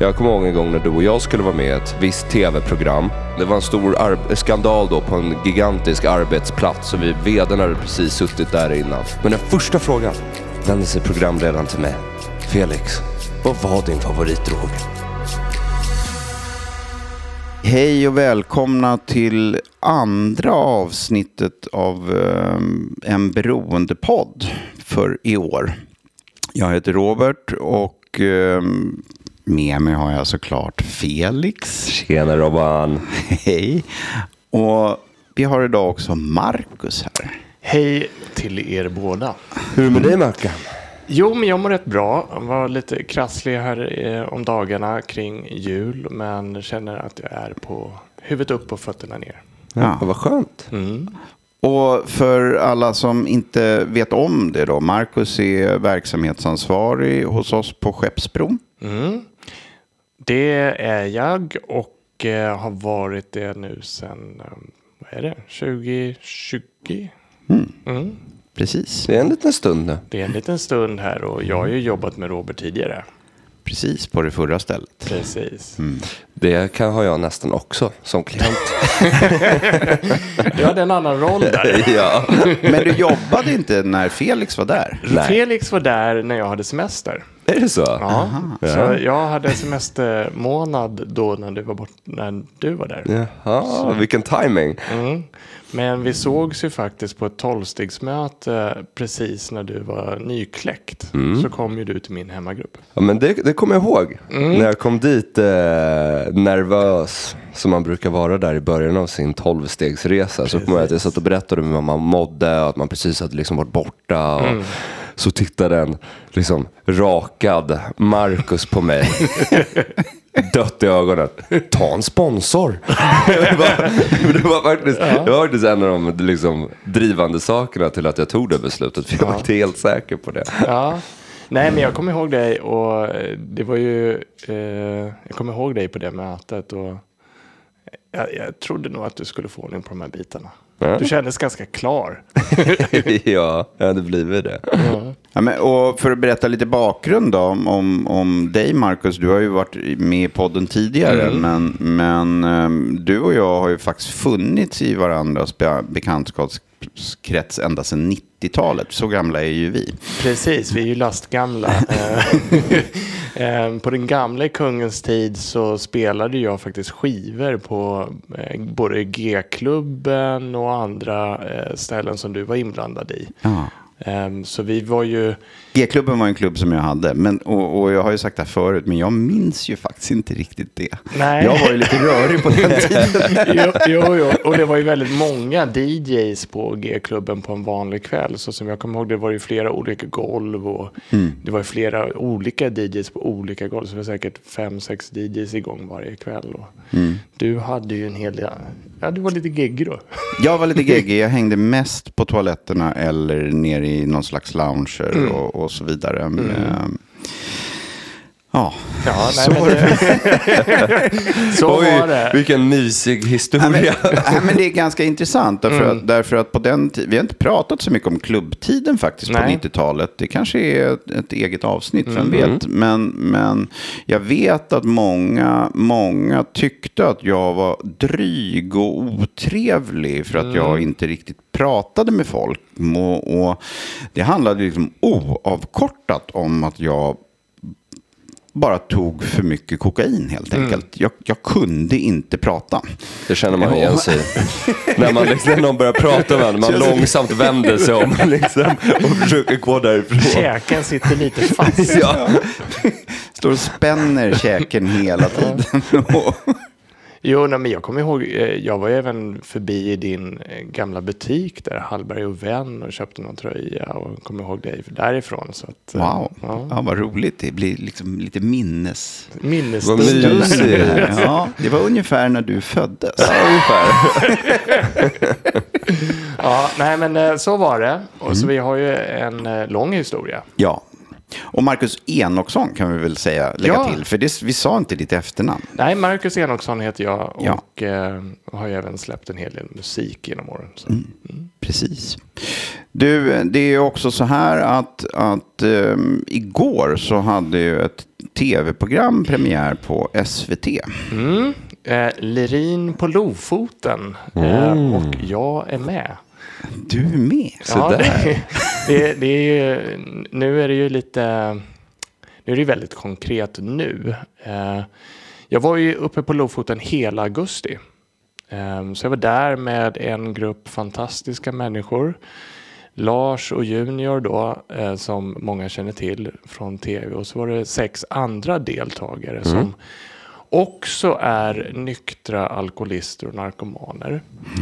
Jag kommer ihåg en gång när du och jag skulle vara med i ett visst tv-program. Det var en stor skandal då på en gigantisk arbetsplats. Och vdn hade precis suttit där innan. Men den första frågan vände sig programledaren till mig. Felix, vad var din favoritdrog? Hej och välkomna till andra avsnittet av en beroendepodd för i år. Jag heter Robert och med mig har jag såklart Felix. Tjena Robban. Hej. Och vi har idag också Marcus här. Hej till er båda. Hur är det med dig, Marcus? Jo, men jag mår rätt bra. Jag var lite krasslig här om dagarna kring jul, men känner att jag är på huvudet upp och fötterna ner. Ja, vad skönt. Och för alla som inte vet om det då, Marcus är verksamhetsansvarig hos oss på Skeppsbron. Det är jag och har varit det nu sedan, vad är det, 2020? Precis. Det är en liten stund nu. Det är en liten stund här och jag har ju jobbat med Robert tidigare. Precis, på det förra stället. Precis. Det har jag nästan också som klient. Du hade en annan roll där. Ja. Men du jobbade inte när Felix var där? Nej. Felix var där när jag hade semester. Är det så? Ja, så jag hade semestermånad då när du var där. Jaha, vilken timing. Men vi sågs ju faktiskt på ett 12-stegsmöte precis när du var nykläckt. Så kom ju du till min hemmagrupp. Ja, men det kommer jag ihåg. När jag kom dit nervös, som man brukar vara där i början av sin 12-stegsresa. Så kommer jag att jag satt och berättade om hur man mådde och att man precis hade liksom varit borta. Och så tittade en liksom rakad Marcus på mig. Dött i ögonen. Ta en sponsor. det var faktiskt en av de liksom drivande sakerna till att jag tog det beslutet. För jag var inte helt säker på det. Ja. Nej, men jag kommer ihåg dig och det var ju jag kommer ihåg dig på det mötet och jag trodde nog att du skulle få ordning på de här bitarna. Ja. Du kändes ganska klar. Ja, det blir det. Ja, men, och för att berätta lite bakgrund då, om dig Marcus, du har ju varit med i podden tidigare, men du och jag har ju faktiskt funnits i varandras bekantskapskrets ända sedan 90-talet. Så gamla är ju vi. Precis, vi är ju lastgamla. På den gamla kungens tid så spelade jag faktiskt skivor på både G-klubben och andra ställen som du var inblandad i. Ja. Så vi var ju... G-klubben var en klubb som jag hade, och jag har ju sagt det här förut, men jag minns ju faktiskt inte riktigt det. Nej. Jag var ju lite rörig på den tiden. Jo, och det var ju väldigt många DJs på G-klubben på en vanlig kväll. Så som jag kommer ihåg, det var ju flera olika golv och det var ju flera olika DJs på olika golv. Så det var säkert 5-6 DJs igång varje kväll. Och du hade ju en hel del... Ja, du var lite geggig då. Jag var lite geggig. Jag hängde mest på toaletterna eller nere i någon slags lounger och så vidare. Ja, nej, så men så var det. Vilken mysig historia. Men det är ganska intressant därför att på den tiden, vi har inte pratat så mycket om klubbtiden faktiskt på 90-talet. Det kanske är ett eget avsnitt, vem vet. Men jag vet att många tyckte att jag var dryg och otrevlig för att jag inte riktigt pratade med folk. Och det handlade liksom oavkortat om att jag bara tog för mycket kokain helt enkelt. Jag kunde inte prata. Det känner man igen sig. När man liksom, någon börjar prata med man långsamt vänder sig om liksom, och försöker gå därifrån. Käken sitter lite fast. Ja. Står och spänner käken hela tiden. Jo, nej, men jag kommer ihåg, jag var även förbi i din gamla butik där, Hallberg och Vän, och köpte någon tröja och kommer ihåg dig därifrån. Så att, wow, ja, vad roligt. Det blir liksom lite minnesstund. Vad mysigt. Ja, det var ungefär när du föddes. Ja, ungefär. Ja, nej men så var det. Och så vi har ju en lång historia. Ja. Och Marcus Enoksson kan vi väl lägga till. För vi sa inte ditt efternamn. Nej, Marcus Enoksson heter jag. Och har ju även släppt en hel del musik genom åren. Så. Precis. Du, det är också så här att igår så hade ju ett tv-program premiär på SVT. Lerin på Lofoten. Och jag är med. Du är med? Ja, det är ju, nu är det ju lite... Nu är det väldigt konkret nu. Jag var ju uppe på Lofoten hela augusti. Så jag var där med en grupp fantastiska människor. Lars och Junior då, som många känner till från tv. Och så var det 6 andra deltagare som också är nyktra alkoholister och narkomaner.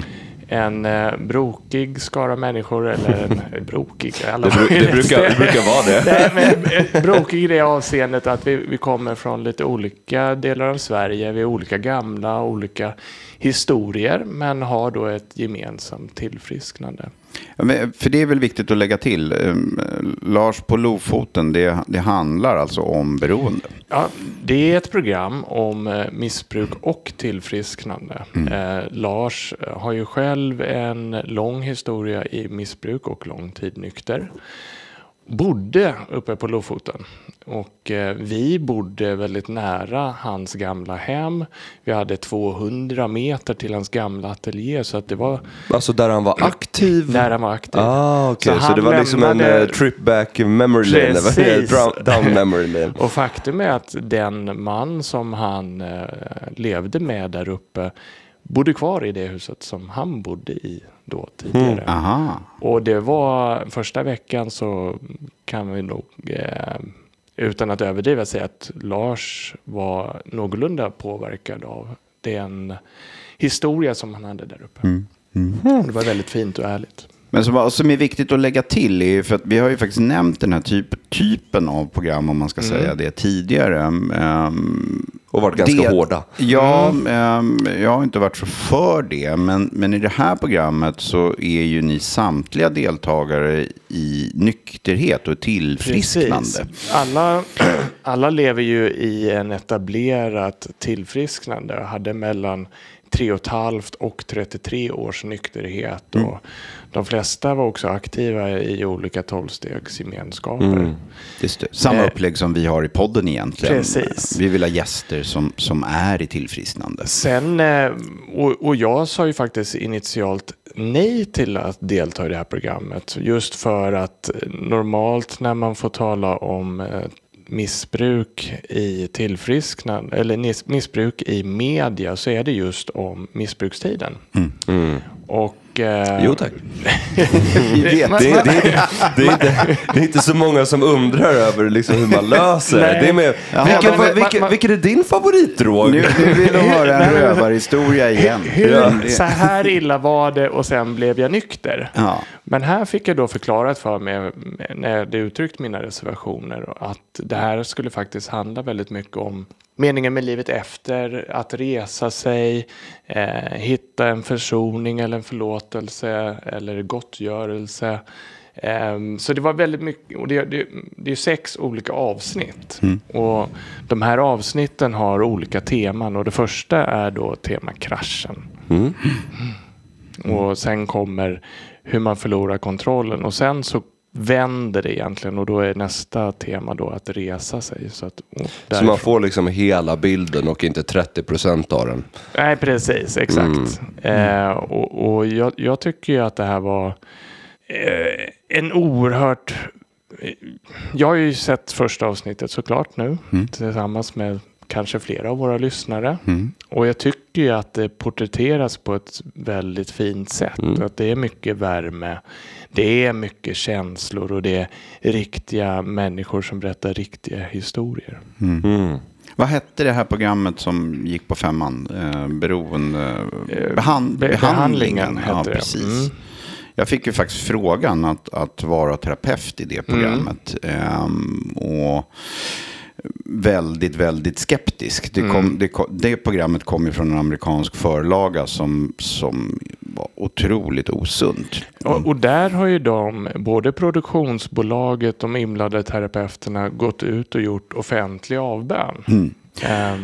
En brokig skara människor, eller en brokig. Alla det brukar vara det. Nej, men brokig i det avseendet att vi kommer från lite olika delar av Sverige. Vi är olika gamla, olika historier, men har då ett gemensamt tillfrisknande. Ja, för det är väl viktigt att lägga till. Lars på Lofoten, det handlar alltså om beroende. Ja, det är ett program om missbruk och tillfrisknande. Lars har ju själv en lång historia i missbruk och lång tid nykter. Bodde uppe på Lofoten. Och vi bodde väldigt nära hans gamla hem. Vi hade 200 meter till hans gamla ateljé. Så att det var... Alltså där han var aktiv? Där han var aktiv. Okej. Så det var liksom en trip back memory lane. Down memory lane. Och faktum är att den man som han levde med där uppe bodde kvar i det huset som han bodde i då tidigare. Och det var första veckan, så kan vi nog utan att överdriva säga att Lars var någorlunda påverkad av den historia som han hade där uppe. Det var väldigt fint och ärligt. Men som är viktigt att lägga till är för att vi har ju faktiskt nämnt den här typen av program, om man ska säga det, tidigare. Och varit ganska hårda. Ja, jag har inte varit så för det. Men i det här programmet så är ju ni samtliga deltagare i nykterhet och tillfrisknande. Alla lever ju i en etablerat tillfrisknande. Jag hade mellan 3,5 och 33 års nykterhet. Och de flesta var också aktiva i olika 12-stegsgemenskaper. Just det. Samma upplägg som vi har i podden egentligen. Precis. Vi vill ha gäster som är i tillfrisknande. Sen, och jag sa ju faktiskt initialt nej till att delta i det här programmet. Just för att normalt när man får tala om missbruk i tillfrisknande eller missbruk i media, så är det just om missbrukstiden. Och jo tack. Det är inte så många som undrar över liksom hur man löser det. Det är med, vilken är din favoritdrog? Nu vill du höra en rövarhistoria igen. Så här illa var det, och sen blev jag nykter. Men här fick jag då förklarat för mig, när jag uttryckt mina reservationer, att det här skulle faktiskt handla väldigt mycket om meningen med livet efter, att resa sig, hitta en försoning eller en förlåtelse eller gottgörelse. Så det var väldigt mycket, och det är 6 olika avsnitt. Och de här avsnitten har olika teman, och det första är då tema kraschen. Och sen kommer hur man förlorar kontrollen, och sen så vänder det egentligen, och då är nästa tema då att resa sig. Så så man får liksom hela bilden och inte 30% av den. Nej, precis, exakt. Och jag tycker ju att det här var en oerhört... Jag har ju sett första avsnittet såklart nu, tillsammans med kanske flera av våra lyssnare. Och jag tycker ju att det porträtteras på ett väldigt fint sätt. Att det är mycket värme, det är mycket känslor, och det är riktiga människor som berättar riktiga historier. Vad hette det här programmet som gick på 5:an? Behandlingen hette det. Precis. Jag fick ju faktiskt frågan att vara terapeut i det programmet. Och väldigt, väldigt skeptisk. Det programmet kom ju från en amerikansk förlaga som var otroligt osunt. Och där har ju både produktionsbolaget, de inblandade terapeuterna, gått ut och gjort offentlig avbön.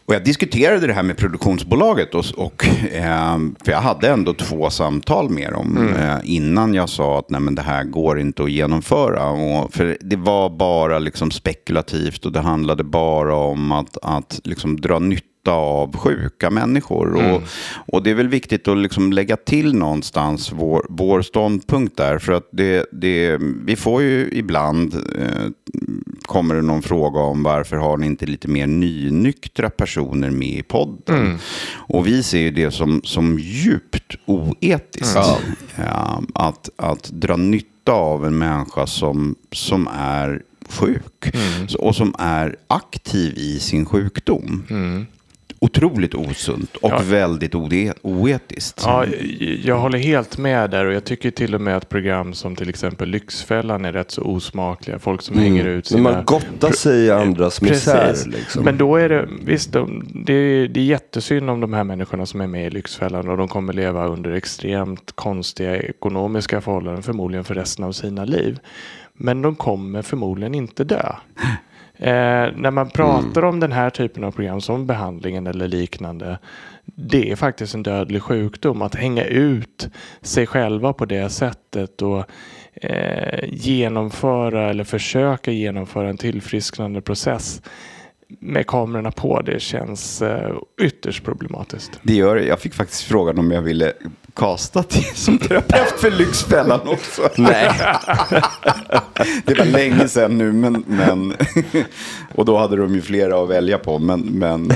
Och jag diskuterade det här med produktionsbolaget för jag hade ändå 2 samtal med dem innan jag sa att nej, men det här går inte att genomföra. För det var bara liksom spekulativt och det handlade bara om att liksom dra nytta av sjuka människor. Och det är väl viktigt att liksom lägga till någonstans vår ståndpunkt där. För att vi får ju ibland kommer det någon fråga om varför har ni inte lite mer nynyktra personer med i podden. Och vi ser ju det som djupt oetiskt. Att dra nytta av en människa som är sjuk och som är aktiv i sin sjukdom. Otroligt osunt och väldigt oetiskt. Ja, jag håller helt med där och jag tycker till och med att program som till exempel Lyxfällan är rätt så osmakliga. Folk som hänger ut sina... Man gottar sig i andras misär. Liksom. Men då är det, visst, det är jättesynd om de här människorna som är med i Lyxfällan och de kommer leva under extremt konstiga ekonomiska förhållanden förmodligen för resten av sina liv. Men de kommer förmodligen inte dö. När man pratar om den här typen av program som behandlingen eller liknande, det är faktiskt en dödlig sjukdom att hänga ut sig själva på det sättet och genomföra eller försöka genomföra en tillfrisknande process med kamerorna på. Det känns ytterst problematiskt. Det gör det. Jag fick faktiskt frågan om jag ville kasta som terapeut för Lyxfällan också. Nej. Det var länge sedan nu, men och då hade de ju flera att välja på, men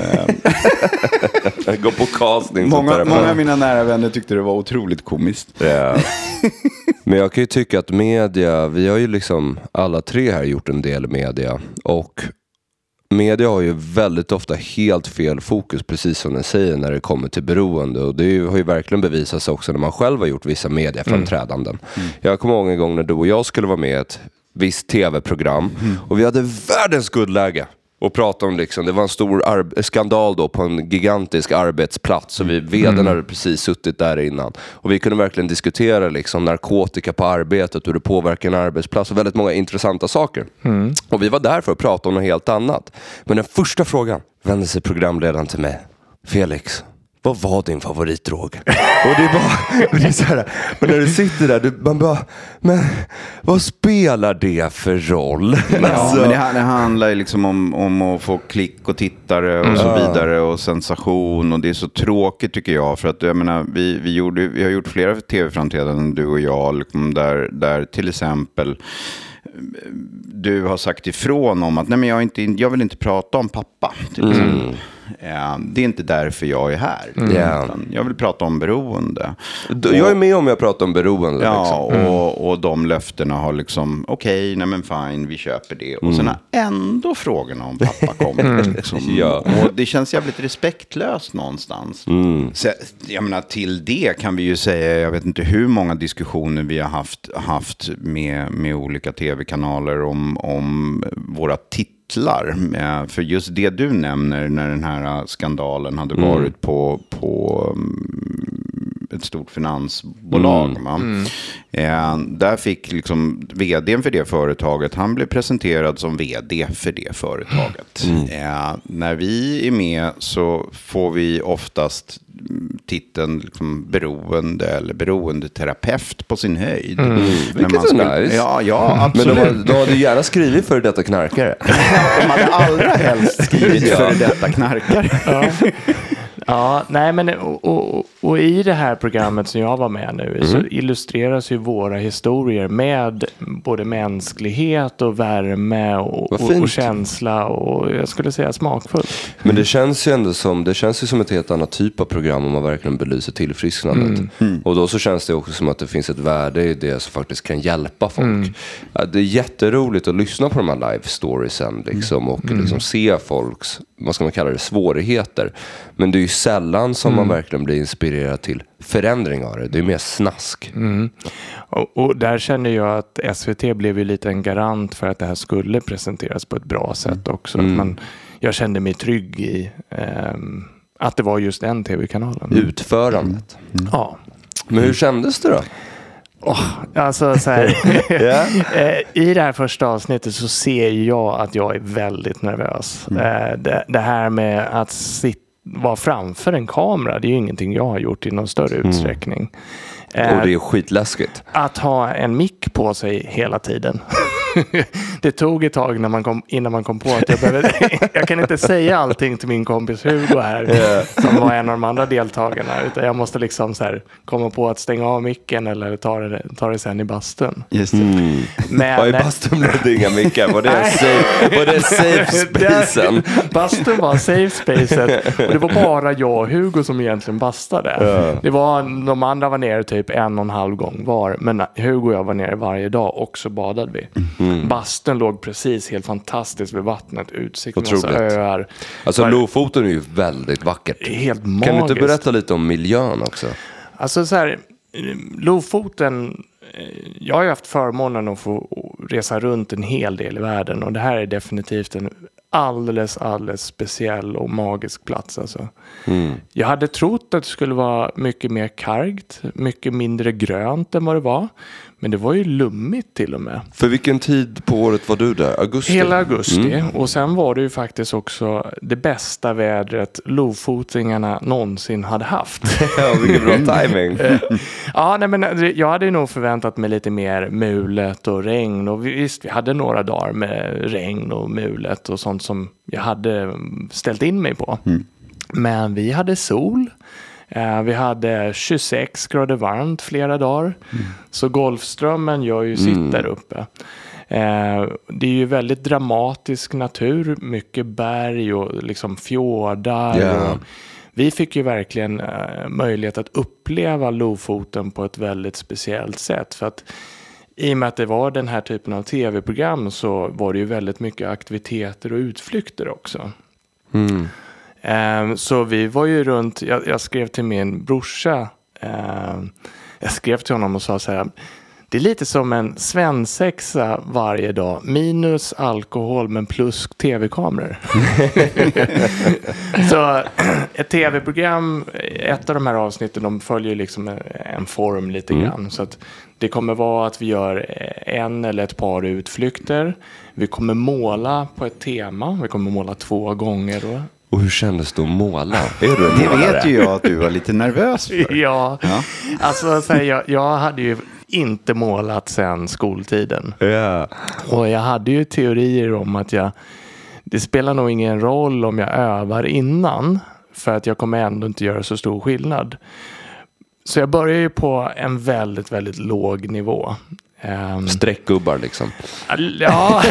gå på casting. Många av mina nära vänner tyckte det var otroligt komiskt. Ja. Men jag kan ju tycka att media, vi har ju liksom alla 3 här gjort en del media, och media har ju väldigt ofta helt fel fokus, precis som den säger, när det kommer till beroende. Och det har ju verkligen bevisats också när man själv har gjort vissa mediaframträdanden. Jag kommer ihåg en gång när du och jag skulle vara med i ett visst tv-program och vi hade världens guldläge och prata om liksom, det var en stor skandal då på en gigantisk arbetsplats och vdn hade precis suttit där innan och vi kunde verkligen diskutera liksom narkotika på arbetet, hur det påverkar en arbetsplats och väldigt många intressanta saker. Och vi var där för att prata om något helt annat. Men den första frågan vände sig programledaren till mig: Felix, vad var din favoritdrog? Och det är bara, och det är så här, och när du sitter där, man bara, men vad spelar det för roll? Ja, men det handlar ju liksom om att få klick och tittare och så vidare och sensation, och det är så tråkigt tycker jag, för att jag menar, vi har gjort flera tv-framträdanden du och jag liksom, där till exempel du har sagt ifrån om att nej, men jag vill inte prata om pappa till exempel. Det är inte därför jag är här. Jag vill prata om beroende. Jag är med om jag pratar om beroende. Ja, liksom. Och de löftena har liksom, okej, nej men fine, vi köper det. Och sen har ändå frågorna om pappa kommit. Liksom. Och det känns jävligt respektlöst någonstans. Så, jag menar, till det kan vi ju säga, jag vet inte hur många diskussioner vi har haft med olika tv-kanaler om våra titlar. För just det du nämner, när den här skandalen hade varit på ett stort finansbolag. Där fick liksom vdn för det företaget, han blev presenterad som vd för det företaget. När vi är med så får vi oftast titeln liksom beroende eller beroendeterapeut på sin höjd. Vilket är nice. Ja, absolut. Men de hade gärna skrivit för detta knarkare. De hade allra helst skrivit för detta knarkare. Ja, nej men och i det här programmet som jag var med nu så illustreras ju våra historier med både mänsklighet och värme och känsla och jag skulle säga smakfullt. Men det känns ju ändå som ett helt annat typ av program om man verkligen belyser tillfrisknandet. Och då så känns det också som att det finns ett värde i det som faktiskt kan hjälpa folk. Ja, det är jätteroligt att lyssna på de här live storiesen liksom, och liksom se folks, vad ska man kalla det, svårigheter. Men det är ju sällan som man verkligen blir inspirerad till förändring av det. Det är mer snask. Och där känner jag att SVT blev ju lite en garant för att det här skulle presenteras på ett bra sätt också. Att jag kände mig trygg i att det var just den tv-kanalen. Utförandet. Ja. Men hur kändes det då? Alltså så här, i det här första avsnittet så ser jag att jag är väldigt nervös. Det här med att vara framför en kamera, det är ju ingenting jag har gjort i någon större utsträckning. Och det är skitläskigt. Att ha en mick på sig hela tiden. Det tog ett tag innan man kom på att jag kan inte säga allting till min kompis Hugo här som var en av de andra deltagarna, utan jag måste liksom så här komma på att stänga av micken eller ta det sen i bastun. Just det. Men i bastun blev det inga mickar. Var det safe spacen? Bastun var safe spacet och det var bara jag och Hugo som egentligen bastade. Det var, de andra var nere typ 1,5 gång var, men Hugo och jag var nere varje dag och så badade vi. Bastun låg precis helt fantastiskt vid vattnet, utsikt med massa öar. Alltså Lofoten är ju väldigt vackert. Helt magiskt. Kan du inte berätta lite om miljön också? Alltså så här, Lofoten, jag har ju haft förmånen att få resa runt en hel del i världen och det här är definitivt en alldeles speciell och magisk plats alltså. Jag hade trott att det skulle vara mycket mer kargt, mycket mindre grönt än vad det var. Men det var ju lummigt till och med. För vilken tid på året var du där? Augusti? Hela augusti. Och sen var det ju faktiskt också det bästa vädret lofotingarna någonsin hade haft. Ja, vilken bra timing. Men jag hade ju nog förväntat mig lite mer mulet och regn. Och visst, vi hade några dagar med regn och mulet och sånt som jag hade ställt in mig på. Men vi hade sol. Vi hade 26 grader varmt flera dagar. Så Golfströmmen gör ju sitt där uppe. Det är ju väldigt dramatisk natur. Mycket berg och liksom fjordar. Och vi fick ju verkligen möjlighet att uppleva Lofoten på ett väldigt speciellt sätt. För att i och med att det var den här typen av tv-program så var det ju väldigt mycket aktiviteter och utflykter också. Så vi var ju runt, jag skrev till min brorsa, jag skrev till honom och sa så här: det är lite som en svensexa varje dag, minus alkohol men plus tv-kameror. Så ett tv-program, ett av de här avsnitten, de följer liksom en form lite grann. Så att det kommer vara att vi gör en eller ett par utflykter. Vi kommer måla på ett tema, vi kommer måla 2 gånger då. Och hur kändes det att måla? Är du en Det målare? vet ju jag att du var lite nervös för. Ja. Alltså så här, jag hade ju inte målat sedan skoltiden. Ja. Och jag hade ju teorier om att det spelar nog ingen roll om jag övar innan, för att jag kommer ändå inte göra så stor skillnad. Så jag börjar ju på en väldigt, väldigt låg nivå. Streckgubbar liksom. Ja,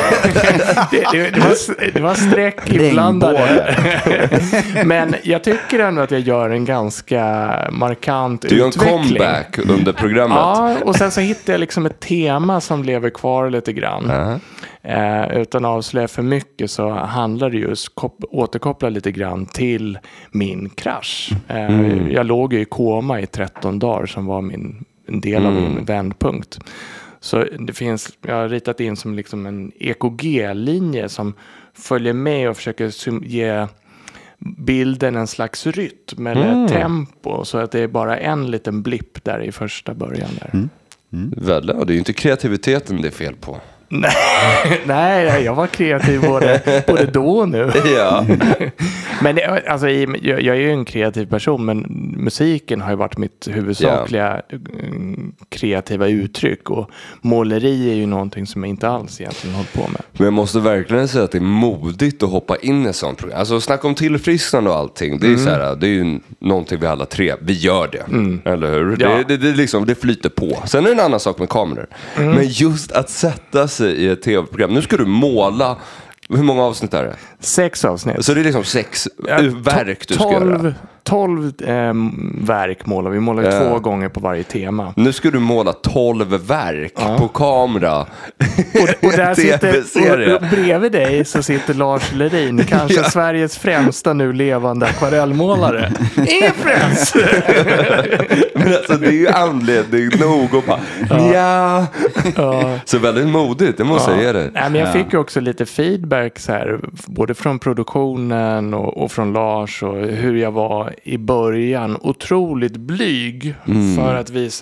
det var streck inblandade. Men jag tycker ändå att jag gör en ganska markant utveckling. Du gör en comeback under programmet. Ja, och sen så hittar jag liksom ett tema som lever kvar lite grann. Utan att avslöja för mycket så handlar det just återkoppla lite grann till min krasch. Jag låg ju i koma i 13 dagar som var en del av min vändpunkt. Så jag har ritat in som liksom en EKG-linje som följer med och försöker ge bilden en slags rytm eller tempo, så att det är bara en liten blipp där i första början där. Väl, det är ju inte kreativiteten det är fel på. Nej, jag var kreativ både då och nu. Ja. Men alltså, jag är ju en kreativ person, men musiken har ju varit mitt huvudsakliga kreativa uttryck, och måleri är ju någonting som jag inte alls egentligen hållit på med. Men jag måste verkligen säga att det är modigt att hoppa in i ett sånt program. Alltså snacka om tillfrisknande och allting. Det är så här, det är ju någonting vi alla tre, vi gör det. Eller hur? Ja. Det liksom, det flyter på. Sen är det en annan sak med kameror. Men just att sätta sig i ett tv-program. Nu ska du måla. Hur många avsnitt är det? 6 avsnitt. Så det är liksom 6 verk du ska göra. 12 verk målar vi. Målar 2 gånger på varje tema. Nu ska du måla 12 verk på kamera. Och där sitter, och bredvid dig så sitter Lars Lerin, kanske Sveriges främsta nu levande akvarellmålare. Ingen press! Men alltså det är ju anledning nog att bara Så väldigt modigt, det måste jag ge dig. Men jag fick ju också lite feedback så här, både från produktionen och från Lars, och hur jag var i början otroligt blyg för att visa upp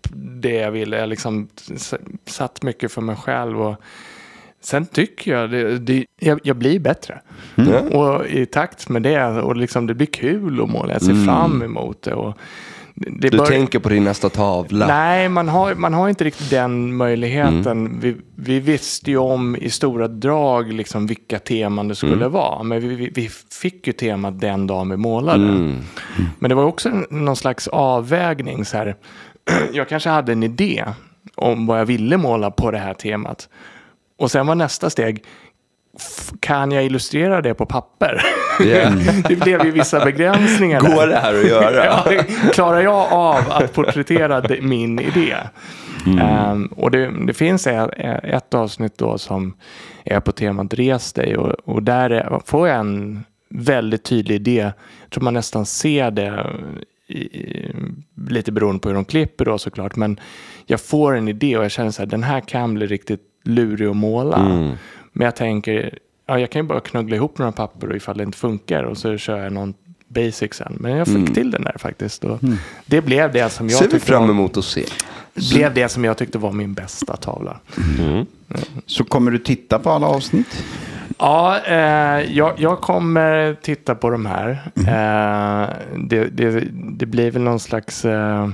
det jag ville. Jag liksom satt mycket för mig själv. Och sen tycker jag jag blir bättre. Och i takt med det. Och liksom det blir kul att måla. Jag ser fram emot det. Och du tänker på din nästa tavla? Nej, man har inte riktigt den möjligheten. Vi visste ju om i stora drag liksom vilka teman det skulle vara. Men vi fick ju temat den dagen vi målade. Men det var också någon slags avvägning. Så här. Jag kanske hade en idé om vad jag ville måla på det här temat. Och sen var nästa steg, kan jag illustrera det på papper? Yeah. Det blev ju vissa begränsningar. Går det här att göra? Ja, klarar jag av att porträttera min idé? Och det finns ett avsnitt då som är på temat Res dig. Och där får jag en väldigt tydlig idé. Jag tror man nästan ser det lite beroende på hur de klipper då såklart. Men jag får en idé och jag känner så här, den här kan bli riktigt lurig att måla. Men jag tänker, jag kan ju bara knuggla ihop några papper och ifall det inte funkar och så kör jag någon basic sen. Men jag fick till den där faktiskt. Och det blev det som jag tyckte fram emot att se. Blev det som jag tyckte var min bästa tavla. Så kommer du titta på alla avsnitt? Ja, jag kommer titta på de här. Det blir väl någon slags...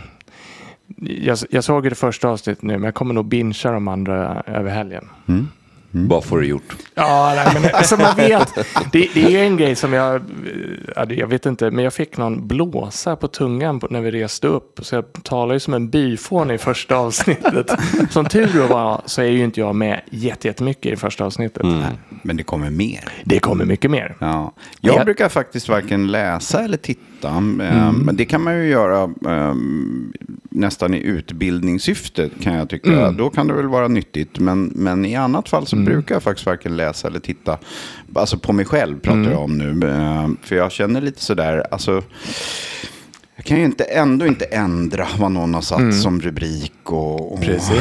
Jag såg det första avsnittet nu, men jag kommer nog bingea de andra över helgen. Vad får du gjort? Ja, nej, men alltså man vet, det är ju en grej som jag vet inte, men jag fick någon blåsa på tungan när vi reste upp. Så jag talar ju som en byfån i första avsnittet. Som tur var så är ju inte jag med jättemycket i första avsnittet. Men det kommer mer. Det kommer mycket mer. Ja. Jag brukar faktiskt varken läsa eller titta. Men det kan man ju göra nästan i utbildningssyfte kan jag tycka. Då kan det väl vara nyttigt. Men i annat fall så brukar jag faktiskt varken läsa eller titta. Alltså på mig själv pratar jag om nu. För jag känner lite sådär, alltså... Jag kan ju ändå inte ändra vad någon har satt som rubrik. Och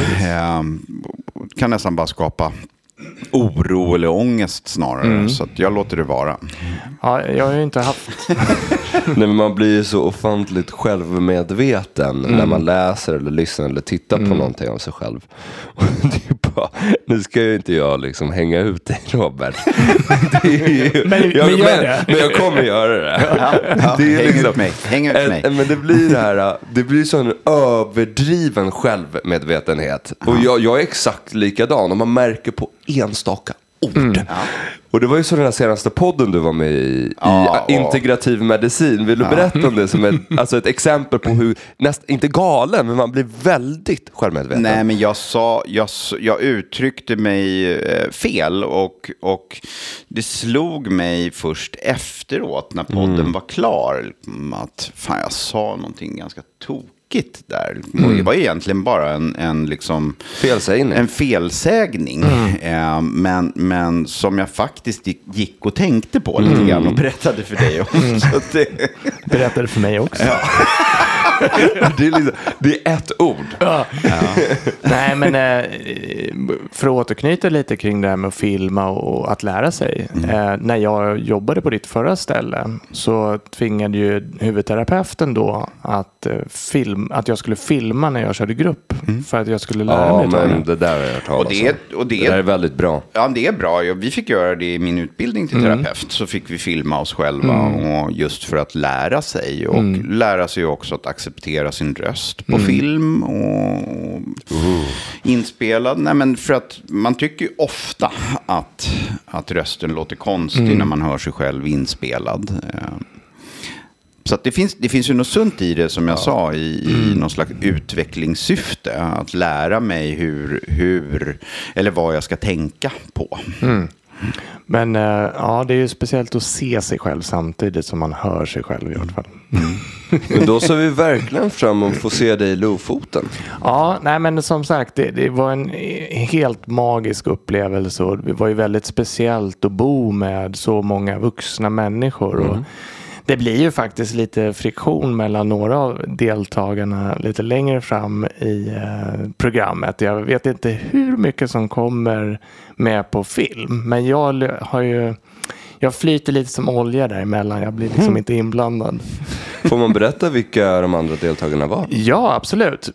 kan nästan bara skapa oro eller ångest snarare. Så att jag låter det vara. Ja, jag har ju inte haft... Nej, men man blir ju så ofantligt självmedveten när man läser eller lyssnar eller tittar på någonting av sig själv. Och det är bara, nu ska ju inte jag liksom hänga ut dig, Robert. Men jag kommer göra det. Det är liksom, häng ut mig. Men det blir det här, det blir sån överdriven självmedvetenhet. Och jag är exakt likadan och man märker på enstaka ord. Och det var ju så den här senaste podden du var med i integrativ medicin. Vill du berätta om det som ett exempel på hur, inte galen, men man blir väldigt självmedveten? Nej, men jag uttryckte mig fel och det slog mig först efteråt när podden var klar att fan, jag sa någonting ganska tokigt där. Det var egentligen bara en liksom felsägning. Men som jag faktiskt gick och tänkte på lite grann och berättade för dig om. Så berättade för mig också. Ja. det är ett ord. Ja. Nej, men för att återknyta lite kring det här med att filma och att lära sig. När jag jobbade på ditt förra ställe så tvingade ju huvudterapeuten då att jag skulle filma när jag körde grupp för att jag skulle lära mig. Ja, men det där har jag hört talas om. Det där är väldigt bra. Ja, det är bra. Vi fick göra det i min utbildning till terapeut. Så fick vi filma oss själva och just för att lära sig och lära sig också att acceptera sin röst på film och inspelad. Nej, men för att man tycker ju ofta att rösten låter konstig när man hör sig själv inspelad. Så att det finns ju något sunt i det som jag sa i någon slags utvecklingssyfte. Att lära mig hur eller vad jag ska tänka på. Men det är ju speciellt att se sig själv samtidigt som man hör sig själv i alla fall. Men då ser vi verkligen fram emot att få se dig i Lofoten. Ja, nej, men som sagt, det var en helt magisk upplevelse och det var ju väldigt speciellt att bo med så många vuxna människor och det blir ju faktiskt lite friktion mellan några av deltagarna lite längre fram i programmet. Jag vet inte hur mycket som kommer med på film, men jag flyter lite som olja däremellan. Jag blir liksom inte inblandad. Får man berätta vilka de andra deltagarna var? Ja, absolut.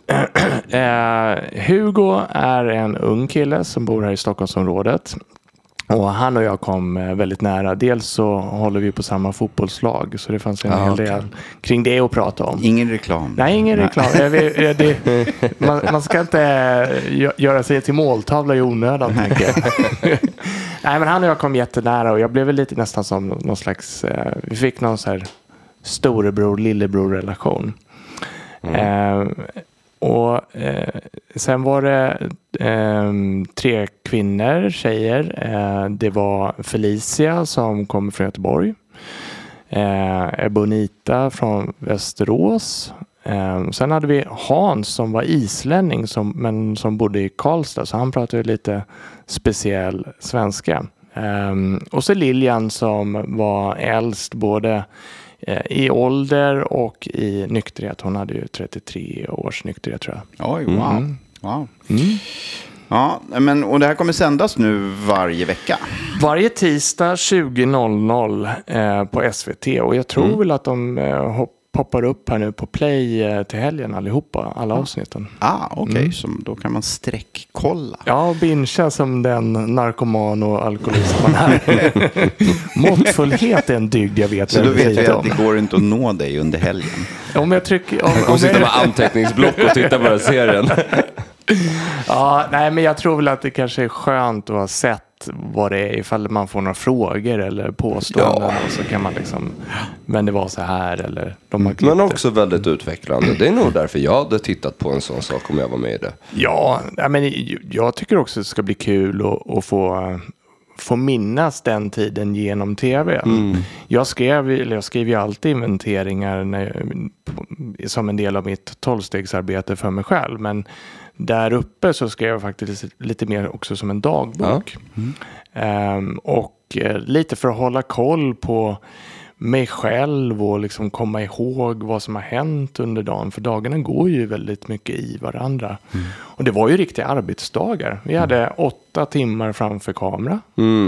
Hugo är en ung kille som bor här i Stockholmsområdet. Och han och jag kom väldigt nära. Dels så håller vi på samma fotbollslag. Så det fanns en hel del kring det att prata om. Ingen reklam. Nej, ingen reklam. Man ska inte göra sig till måltavla i onödan, tänker jag. Nej, men han och jag kom jättenära. Och jag blev väl lite nästan som någon slags... vi fick någon så här storebror-lillebror-relation. Sen var det 3 kvinnor, tjejer. Det var Felicia som kom från Göteborg. Ebonita från Västerås. Sen hade vi Hans som var islänning men som bodde i Karlstad. Så han pratade lite speciell svenska. Och så Lilian som var äldst både i ålder och i nykterhet. Hon hade ju 33 års nykterhet, tror jag. Oj, wow. Wow. Ja, men, och det här kommer sändas nu varje vecka? Varje tisdag 20.00 på SVT. Och jag tror väl att de poppar upp här nu på Play till helgen allihopa, alla avsnitten. Okej. Så då kan man sträckkolla. Ja, bingea som den narkoman och alkoholist man är. Måttfullhet är en dygd, jag vet. Så då vet vi att det går inte att nå dig under helgen. Om jag trycker... Om sitter med anteckningsblock och tittar på den serien. Ja, nej, men jag tror väl att det kanske är skönt att ha sett vad det är ifall man får några frågor eller påståenden och så kan man liksom, men det var så här eller de har men också väldigt utvecklande. Det är nog därför jag hade tittat på en sån sak om jag var med i det. Ja, men jag tycker också att det ska bli kul att få minnas den tiden genom tv. Jag skriver ju alltid inventeringar som en del av mitt 12-stegsarbete för mig själv, men där uppe så skrev jag faktiskt lite mer också som en dagbok. Och lite för att hålla koll på mig själv och liksom komma ihåg vad som har hänt under dagen. För dagarna går ju väldigt mycket i varandra. Och det var ju riktiga arbetsdagar. Vi hade 8 timmar framför kamera.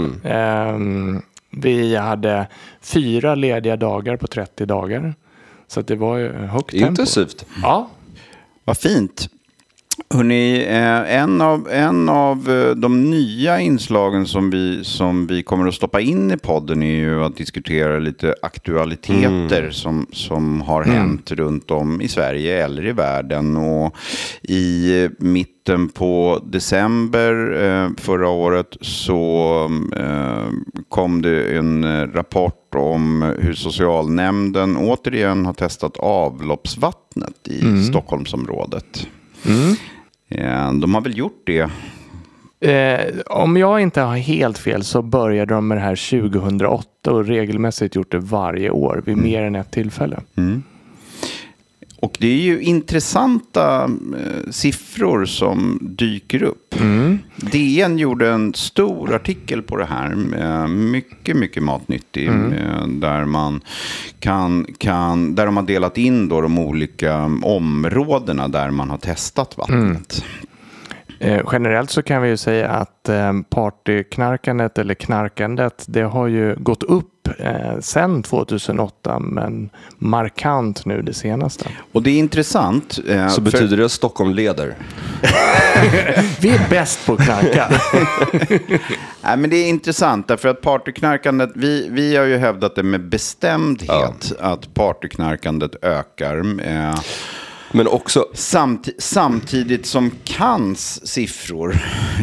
Vi hade 4 lediga dagar på 30 dagar. Så att det var ju högt tempo. Intensivt. Ja. Vad fint. Hörrni, en av de nya inslagen som vi kommer att stoppa in i podden är ju att diskutera lite aktualiteter som har hänt runt om i Sverige eller i världen. Och i mitten på december förra året så kom det en rapport om hur socialnämnden återigen har testat avloppsvattnet i Stockholmsområdet. De har väl gjort det? Om jag inte har helt fel så började de med det här 2008 och regelmässigt gjort det varje år vid mer än ett tillfälle. Och det är ju intressanta siffror som dyker upp. DN gjorde en stor artikel på det här. Mycket, mycket matnyttig. Där man där de har delat in då de olika områdena där man har testat vattnet. Generellt så kan vi ju säga att partyknarkandet eller knarkandet, det har ju gått upp sedan 2008 men markant nu det senaste. Och det är intressant. Så betyder det att Stockholm leder? Vi är bäst på att knarka. Nej, men det är intressant därför att partyknarkandet, vi har ju hävdat det med bestämdhet att partyknarkandet ökar. Men också samtidigt som Kans siffror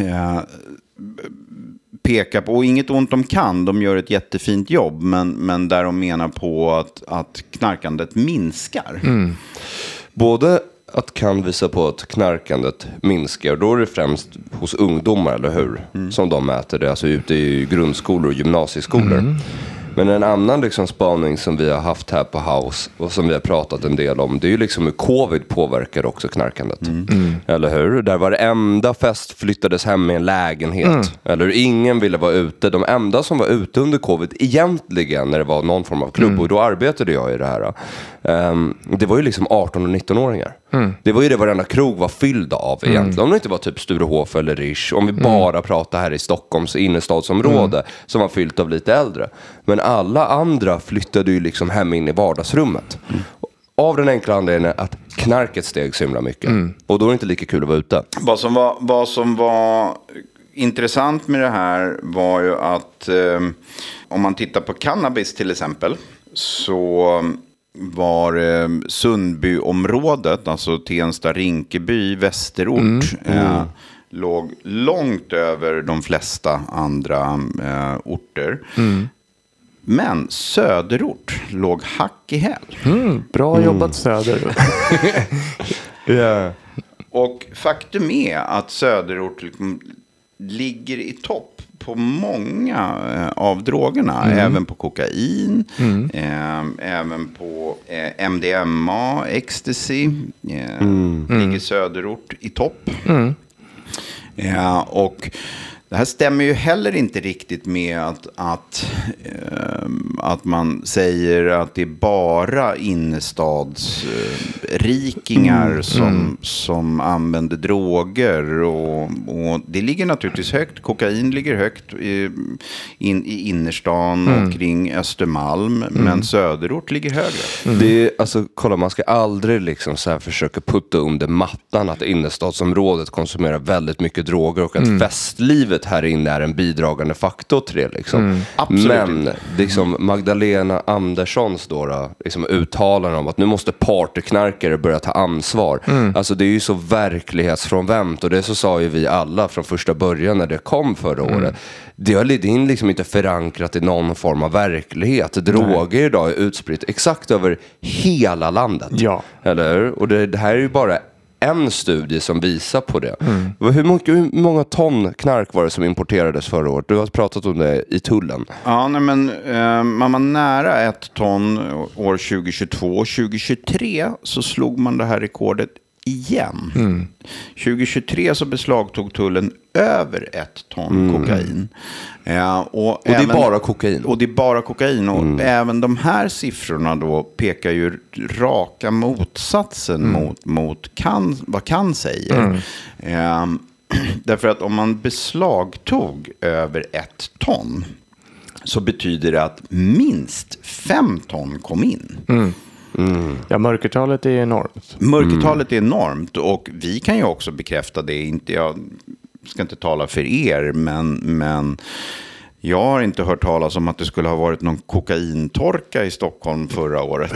pekar på, och inget ont om Kan, de gör ett jättefint jobb, men där de menar på att knarkandet minskar. Både att kan visa på att knarkandet minskar, och då är det främst hos ungdomar, eller hur? Som de mäter det, alltså ute i grundskolor och gymnasieskolor. Men en annan liksom spaning som vi har haft här på House och som vi har pratat en del om, det är ju liksom hur covid påverkar också knarkandet. Eller hur? Där varenda fest flyttades hem i en lägenhet. Eller hur? Ingen ville vara ute. De enda som var ute under covid egentligen när det var någon form av klubb, och då arbetade jag i det här. Det var ju liksom 18- och 19-åringar. Det var ju det varenda krog var fylld av egentligen. Om det inte var typ Sturehof eller Rish. Om vi bara pratar här i Stockholms innerstadsområde som var fyllt av lite äldre. Men alla andra flyttade ju liksom hem in i vardagsrummet. Av den enkla anledningen att knarket steg så himla mycket. Och då är det inte lika kul att vara ute. Vad som var intressant med det här var ju att om man tittar på cannabis till exempel, så var Sundbyområdet, alltså Tensta, Rinkeby, Västerort, låg långt över de flesta andra orter. Men Söderort låg hack i häl. Bra jobbat Söderort. Yeah. Och faktum är att Söderort liksom ligger i topp på många av drogerna. Även på kokain, även på MDMA, ecstasy. Ligger Söderort i topp. Och det här stämmer ju heller inte riktigt med att man säger att det är bara innerstadsrikingar som använder droger. Och det ligger naturligtvis högt. Kokain ligger högt i innerstan och kring Östermalm. Men Söderort ligger högre. Det är, alltså, kolla, man ska aldrig liksom så här försöka putta under mattan att innerstadsområdet konsumerar väldigt mycket droger och att festlivet här inne är en bidragande faktor till det liksom. Men liksom Magdalena Anderssons då liksom uttalanden om att nu måste partyknarkare börja ta ansvar. Alltså det är ju så verklighetsfrånvänt, och det så sa ju vi alla från första början när det kom förra året. Det är liksom inte förankrat i någon form av verklighet. Droger idag är utspritt exakt över hela landet. Ja. Eller? Och det här är ju bara en studie som visar på det. Hur många ton knark var det som importerades förra året? Du har pratat om det i tullen. Ja, nej, men man var nära 1 ton år 2022. 2023 så slog man det här rekordet igen. 2023 så beslagtog tullen över 1 ton kokain. Och det är bara kokain. Och det är bara kokain. Och även de här siffrorna då pekar ju raka motsatsen mot vad kan säger. Därför att om man beslagtog över 1 ton så betyder det att minst 5 ton kom in. Ja, mörkertalet är enormt. Mörkertalet är enormt, och vi kan ju också bekräfta det. Jag ska inte tala för er, men jag har inte hört talas om att det skulle ha varit någon kokaintorka i Stockholm förra året.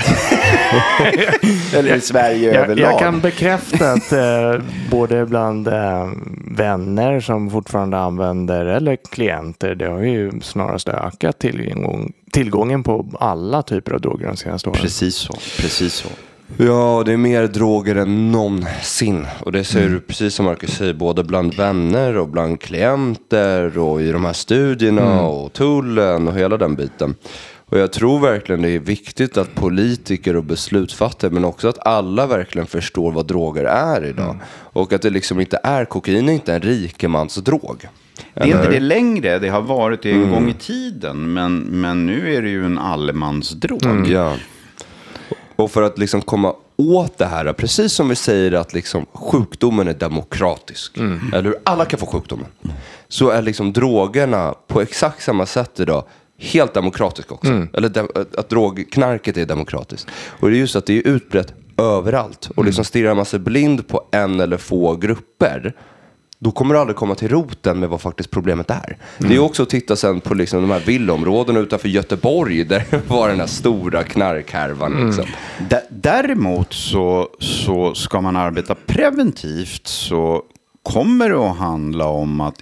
Eller i Sverige överlag. Jag kan bekräfta att både bland vänner som fortfarande använder eller klienter, det har ju snarast ökat tillgången på alla typer av droger de senaste åren. Precis så. Ja, det är mer droger än någonsin. Och det ser du precis som Marcus säger, både bland vänner och bland klienter och i de här studierna och tullen och hela den biten. Och jag tror verkligen det är viktigt att politiker och beslutsfattare, men också att alla verkligen förstår vad droger är idag. Och att det liksom inte är, kokain är inte en rikemansdrog. Det är inte det längre, det har varit det en gång i tiden, men nu är det ju en allemansdrog. Ja. Och för att liksom komma åt det här, precis som vi säger att liksom sjukdomen är demokratisk, eller hur alla kan få sjukdomen, så är liksom drogerna på exakt samma sätt idag helt demokratisk också. Eller att knarket är demokratiskt. Och det är just att det är utbrett överallt. Och liksom stirrar man sig blind på en eller få grupper, då kommer du aldrig komma till roten med vad faktiskt problemet är. Det är också att titta sen på liksom de här villaområdena utanför Göteborg, där var den här stora knarkhärvan. Liksom. Däremot så ska man arbeta preventivt, så kommer det att handla om att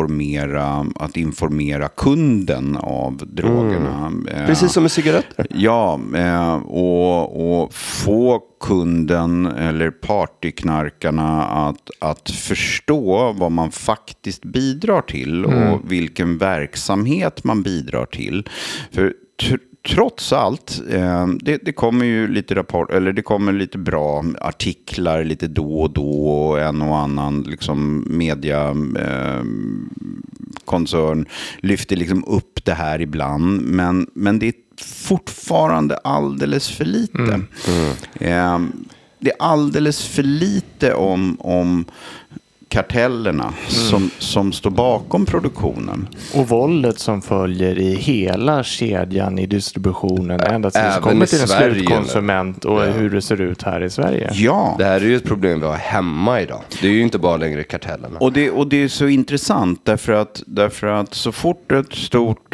informera kunden av drogerna. Precis som med cigaretter. Ja, och få kunden eller partyknarkarna att förstå vad man faktiskt bidrar till och vilken verksamhet man bidrar till. För trots allt, det kommer ju lite det kommer lite bra artiklar lite då och då, och en och annan liksom mediakoncern lyfter liksom upp det här ibland, men det är fortfarande alldeles för lite. Det är alldeles för lite om kartellerna som står bakom produktionen. Och våldet som följer i hela kedjan i distributionen ända tills det kommer till en slutkonsument och hur det ser ut här i Sverige. Ja. Det här är ju ett problem vi har hemma idag. Det är ju inte bara längre kartellerna. Och det är så intressant därför att så fort ett stort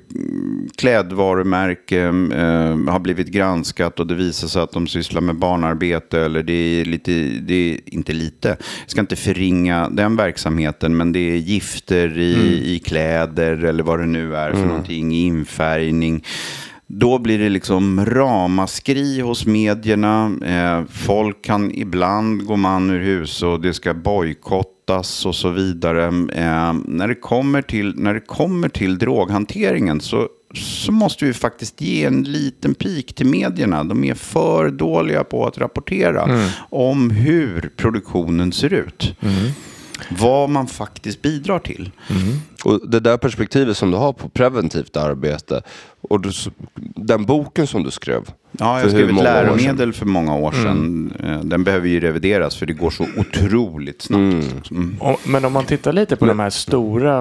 klädvarumärke har blivit granskat och det visar sig att de sysslar med barnarbete eller det är inte lite. Jag ska inte förringa den verksamheten, men det är gifter i kläder eller vad det nu är för någonting, i infärgning. Då blir det liksom ramaskri hos medierna. Folk kan ibland gå man ur hus och det ska bojkottas och så vidare. När det kommer till droghanteringen så måste vi faktiskt ge en liten pik till medierna. De är för dåliga på att rapportera om hur produktionen ser ut. Vad man faktiskt bidrar till. Och det där perspektivet som du har på preventivt arbete och den boken som du skrev. Ja, jag skrev ett läromedel för många år sedan. Den behöver ju revideras för det går så otroligt snabbt. Men om man tittar lite på de här stora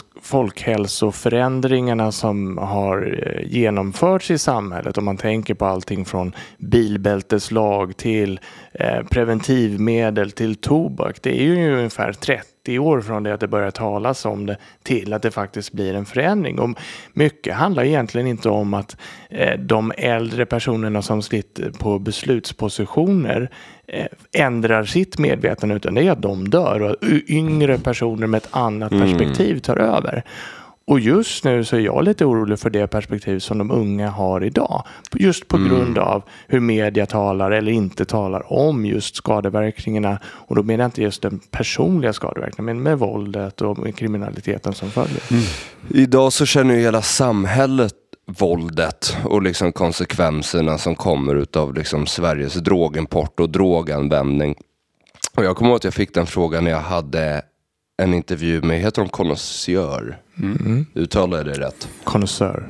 folkhälsoförändringarna som har genomförts i samhället, om man tänker på allting från bilbälteslag till preventivmedel till tobak. Det är ju ungefär 30 år från det att det börjar talas om det till att det faktiskt blir en förändring. Och mycket handlar egentligen inte om att de äldre personerna som sitter på beslutspositioner ändrar sitt medvetande, utan det är att de dör och yngre personer med ett annat perspektiv tar över. Och just nu så är jag lite orolig för det perspektiv som de unga har idag. Just på grund av hur media talar eller inte talar om just skadeverkningarna. Och då menar jag inte just den personliga skadeverkningen, men med våldet och med kriminaliteten som följer. Idag så känner ju hela samhället våldet och liksom konsekvenserna som kommer utav liksom Sveriges drogimport och droganvändning. Och jag kommer ihåg att jag fick den frågan när jag hade en intervju med, heter de Connoisseur? Uttalar jag det rätt? Connoisseur.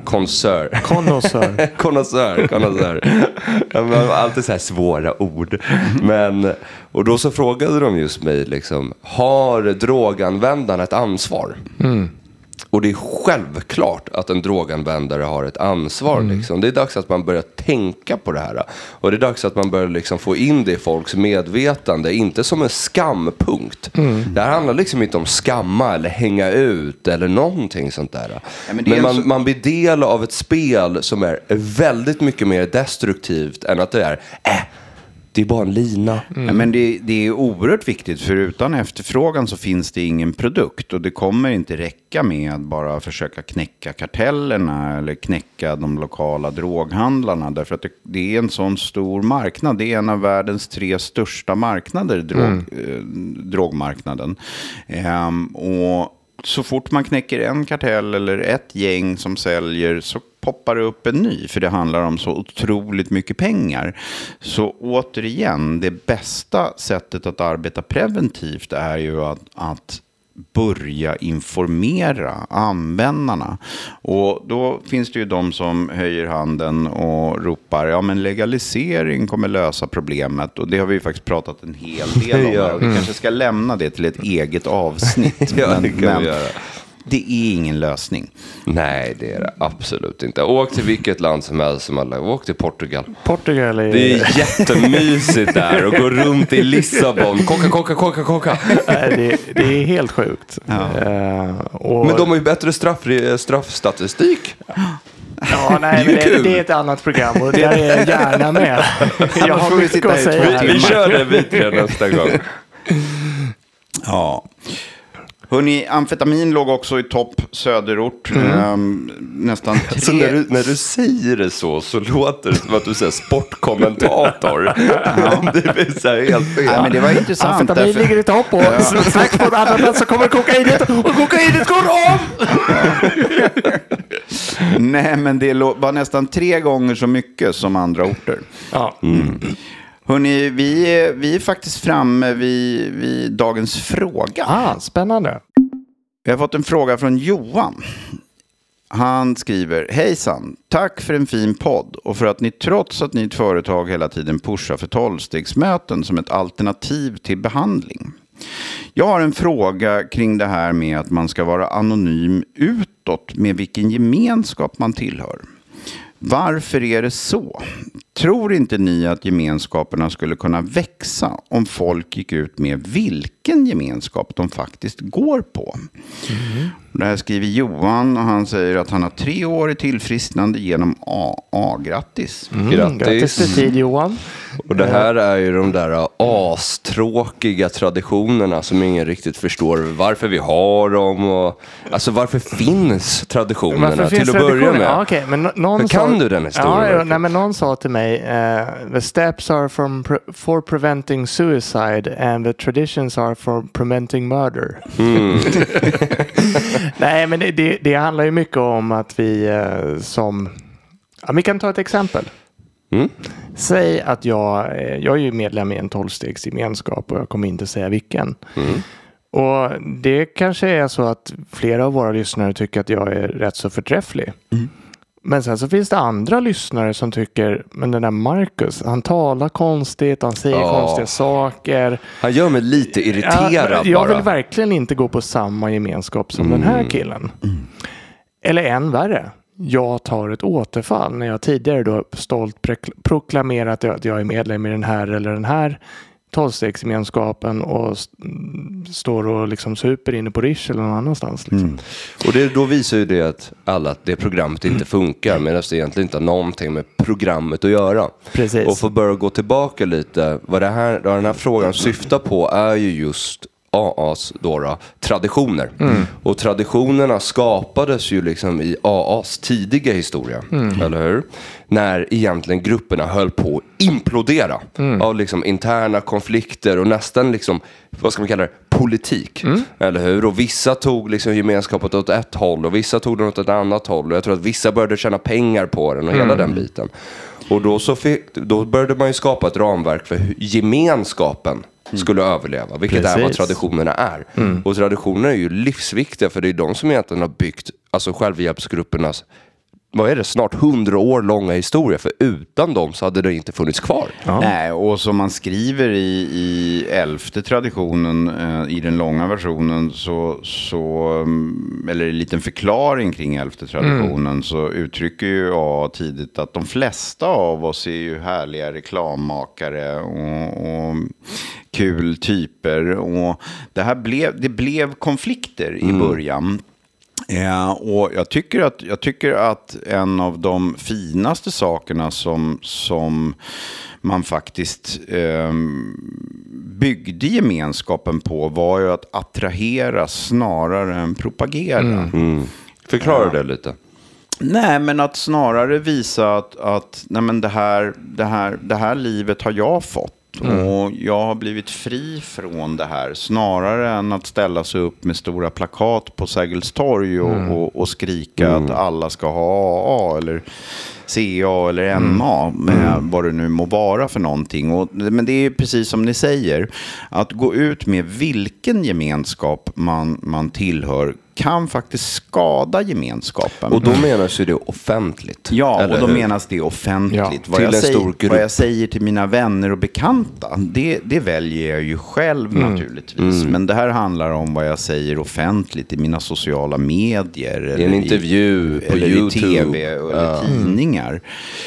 Jag har alltid så här svåra ord. Och då så frågade de just mig liksom, har droganvändarna ett ansvar? Och det är självklart att en droganvändare har ett ansvar. Liksom. Det är dags att man börjar tänka på det här. Och det är dags att man börjar liksom få in det i folks medvetande. Inte som en skampunkt. Det här handlar liksom inte om skamma eller hänga ut eller någonting sånt där. Ja, men man blir del av ett spel som är väldigt mycket mer destruktivt än att det är... Det är bara en lina. Ja, men det är oerhört viktigt, för utan efterfrågan så finns det ingen produkt. Och det kommer inte räcka med att bara försöka knäcka kartellerna eller knäcka de lokala droghandlarna. Därför att det är en sån stor marknad. Det är en av världens 3 största marknader, drogmarknaden. Och så fort man knäcker en kartell eller ett gäng som säljer så poppar det upp en ny, för det handlar om så otroligt mycket pengar. Så återigen, det bästa sättet att arbeta preventivt är ju att börja informera användarna. Och då finns det ju de som höjer handen och ropar, ja men legalisering kommer lösa problemet. Och det har vi ju faktiskt pratat en hel del om. Vi kanske ska lämna det till ett eget avsnitt. men det är ingen lösning. Nej, det är det absolut inte. Åk till vilket land som helst som alla. Åk till Portugal. Portugal är... Det är jättemysigt där och gå runt i Lissabon. Koka. Det är helt sjukt. Ja. Men de har ju bättre straffstatistik. Ja, nej, det är ett annat program och där är jag gärna med. Jag har mycket att säga. Vi kör det vidare nästa gång. Ja. Hörrni, amfetamin låg också i topp söderort. Nästan 3. Så när du säger det så låter det som att du säger sportkommentator. Det blir så här helt fel. Nej, men det var intressant. Amfetamin ligger i topp och strax på en annan plats så kommer kokainet och kokainet går om! Nej, men det var nästan 3 gånger så mycket som andra orter. Ja. Hörrni, vi är faktiskt framme vid dagens fråga. Spännande. Vi har fått en fråga från Johan. Han skriver: hejsan, tack för en fin podd och för att ni trots att ni är ett företag hela tiden pushar för 12-stegsmöten som ett alternativ till behandling. Jag har en fråga kring det här med att man ska vara anonym utåt med vilken gemenskap man tillhör. Varför är det så? Tror inte ni att gemenskaperna skulle kunna växa om folk gick ut med vilken gemenskap de faktiskt går på? Mm. Det här skriver Johan och han säger att han har 3 år i tillfrisknande genom AA. Grattis! Grattis till tid, Johan. Och det här är ju de där astråkiga traditionerna som ingen riktigt förstår varför vi har dem. Och, alltså varför finns traditionerna till att börja med? Ja, okay. Men kan du den historien? Ja, men någon sa till mig the steps are for preventing suicide and the traditions are for preventing murder. Mm. Nej, men det handlar ju mycket om att vi vi kan ta ett exempel. Mm. Säg att jag är ju medlem i en 12-stegsgemenskap och jag kommer inte säga vilken. Mm. Och det kanske är så att flera av våra lyssnare tycker att jag är rätt så förträfflig. Mm. Men sen så finns det andra lyssnare som tycker, men den där Marcus, han talar konstigt, han säger konstiga saker. Han gör mig lite irriterad jag vill verkligen inte gå på samma gemenskap som den här killen. Mm. Eller än värre. Jag tar ett återfall när jag tidigare då stolt proklamerat att jag är medlem i den här eller den här 12-stegsgemenskapen och står och liksom super inne på Rish eller någon annanstans. Liksom. Mm. Och då visar ju det att det programmet inte funkar, medan det egentligen inte har någonting med programmet att göra. Precis. Och för att börja gå tillbaka lite, vad den här frågan syftar på är ju just AAs traditioner. Mm. Och traditionerna skapades ju liksom i AAs tidiga historia, eller hur? När egentligen grupperna höll på att implodera av liksom interna konflikter och nästan liksom, vad ska man kalla det, politik, eller hur? Och vissa tog liksom gemenskapet åt ett håll och vissa tog den åt ett annat håll, och jag tror att vissa började tjäna pengar på den och hela den biten. Och då började man ju skapa ett ramverk för hur gemenskapen skulle överleva, vilket är vad traditionerna är. Och traditionerna är ju livsviktiga, för det är de som egentligen har byggt alltså självhjälpsgruppernas, vad är det, snart 100 år långa historia, för utan dem så hade det inte funnits kvar. Ja. Nej, och som man skriver i 11:e traditionen, i den långa versionen, eller en liten förklaring kring 11:e traditionen, så uttrycker ju tidigt att de flesta av oss är ju härliga reklammakare och kul typer, och det blev konflikter i början. Och jag tycker att en av de finaste sakerna som man faktiskt byggde gemenskapen på var ju att attrahera snarare än propagera. Förklara det lite. Nej, men att snarare visa att nej, men det här livet har jag fått. Och jag har blivit fri från det här, snarare än att ställa sig upp med stora plakat på Sergels torg och skrika att alla ska ha AA eller CA eller MA, med vad det nu må vara för någonting. Men det är precis som ni säger, att gå ut med vilken gemenskap man tillhör kan faktiskt skada gemenskapen. Och då menas ju det offentligt. Ja, och då menas det offentligt. Ja, vad jag säger till mina vänner och bekanta, det väljer jag ju själv naturligtvis. Men det här handlar om vad jag säger offentligt i mina sociala medier. I en intervju på YouTube. I tv eller tidningar.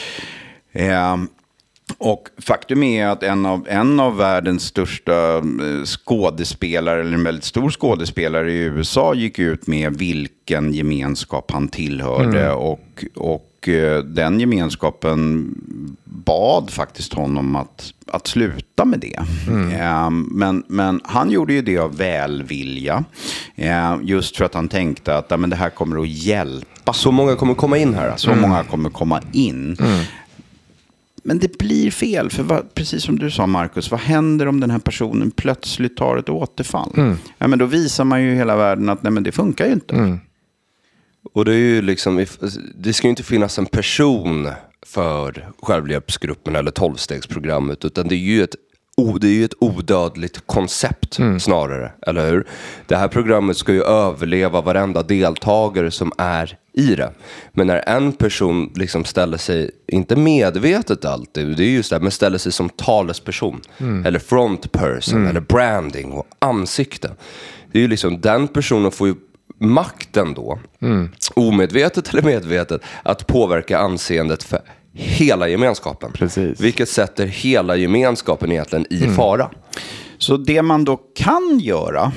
Och faktum är att en av världens största skådespelare, eller en väldigt stor skådespelare i USA, gick ut med vilken gemenskap han tillhörde, och den gemenskapen bad faktiskt honom att sluta med det. Men han gjorde ju det av välvilja, just för att han tänkte att men det här kommer att hjälpa. Så många kommer komma in här. Så många kommer komma in. Men det blir fel, för precis som du sa, Marcus, vad händer om den här personen plötsligt tar ett återfall? Ja, men då visar man ju hela världen att nej, men det funkar ju inte. Och det är ju liksom, det ska ju inte finnas en person för självhjälpsgruppen eller 12-stegsprogrammet, utan det är ju ett odödligt koncept snarare, eller hur? Det här programmet ska ju överleva varenda deltagare som är i det. Men när en person liksom ställer sig, inte medvetet alltid, det är just det, men ställer sig som talesperson eller frontperson eller branding och ansikte. Det är ju liksom, den personen får ju makten då, omedvetet eller medvetet, att påverka anseendet för hela gemenskapen. Precis. Vilket sätter hela gemenskapen egentligen i fara. Så det man då kan göra,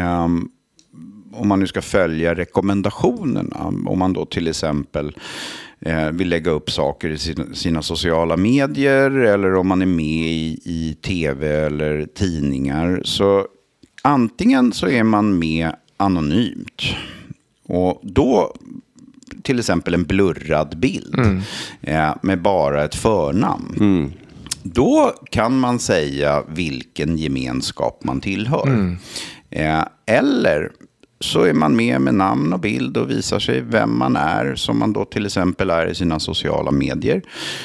om man nu ska följa rekommendationerna, om man då till exempel vill lägga upp saker i sina sociala medier, eller om man är med i tv eller tidningar, så antingen så är man med anonymt, och då till exempel en blurrad bild med bara ett förnamn. Då kan man säga vilken gemenskap man tillhör. Eller så är man med namn och bild och visar sig vem man är, som man då till exempel är i sina sociala medier.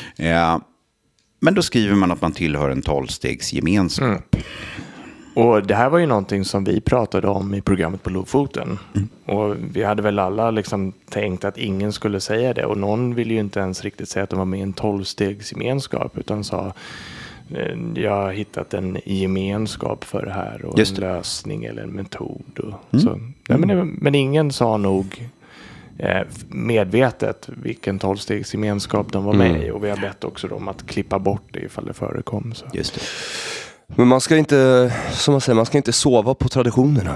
Men då skriver man att man tillhör en 12-stegsgemenskap. Och det här var ju någonting som vi pratade om i programmet på Lofoten. Och vi hade väl alla liksom tänkt att ingen skulle säga det. Och någon ville ju inte ens riktigt säga att de var med i en 12-stegsgemenskap, utan sa, jag har hittat en gemenskap för det här, och en lösning eller en metod. Och så. Ja, men ingen sa nog medvetet vilken 12-stegsgemenskap de var med i. Och vi har bett också dem att klippa bort det ifall det förekom. Så. Just det. Men man ska inte, som man säger, man ska inte sova på traditionerna.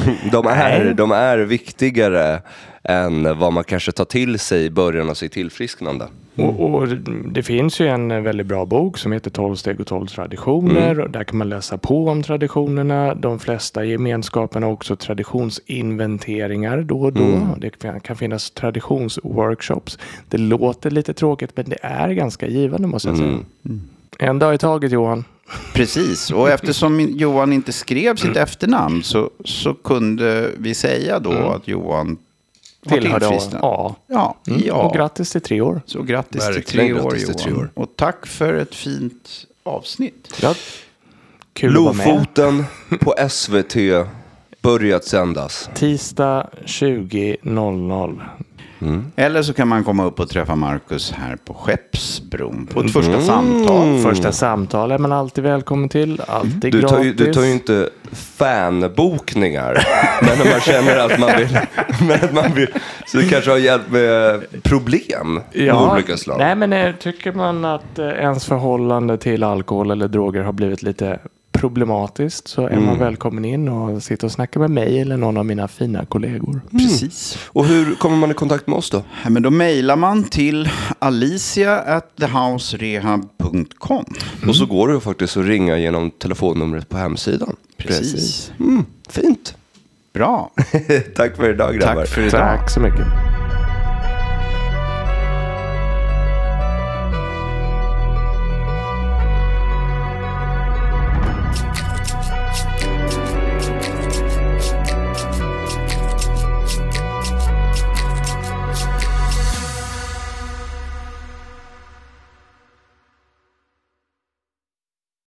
De är viktigare än vad man kanske tar till sig i början av sitt tillfrisknande. Och det finns ju en väldigt bra bok som heter 12 steg och 12 traditioner. Och där kan man läsa på om traditionerna. De flesta gemenskaperna har också traditionsinventeringar då och då. Det kan finnas traditionsworkshops. Det låter lite tråkigt, men det är ganska givande, måste jag säga. En dag i taget, Johan. Precis, och eftersom Johan inte skrev sitt efternamn så kunde vi säga då att Johan var tillfrisknad. Ja. Och grattis till 3 år. Så grattis Verkligen, till 3 år, Johan. Och tack för ett fint avsnitt. Ja. Kul Lofoten på SVT börjat sändas. Tisdag 20:00. Eller så kan man komma upp och träffa Marcus här på Skeppsbron på ett första samtal. Första samtal är man alltid välkommen till. Alltid gratis. Du tar ju inte fanbokningar. Men om man känner att man vill så det kanske har hjälpt med problem av olika slag. Nej, men tycker man att ens förhållande till alkohol eller droger har blivit lite problematiskt, så är man välkommen in och sitta och snacka med mig eller någon av mina fina kollegor. Precis. Och hur kommer man i kontakt med oss då? Men då mejlar man till alicia@thehouserehab.com. Och så går det faktiskt att ringa genom telefonnumret på hemsidan. Precis. Fint. Bra. Tack för idag, grabbar. Tack för idag. Tack så mycket.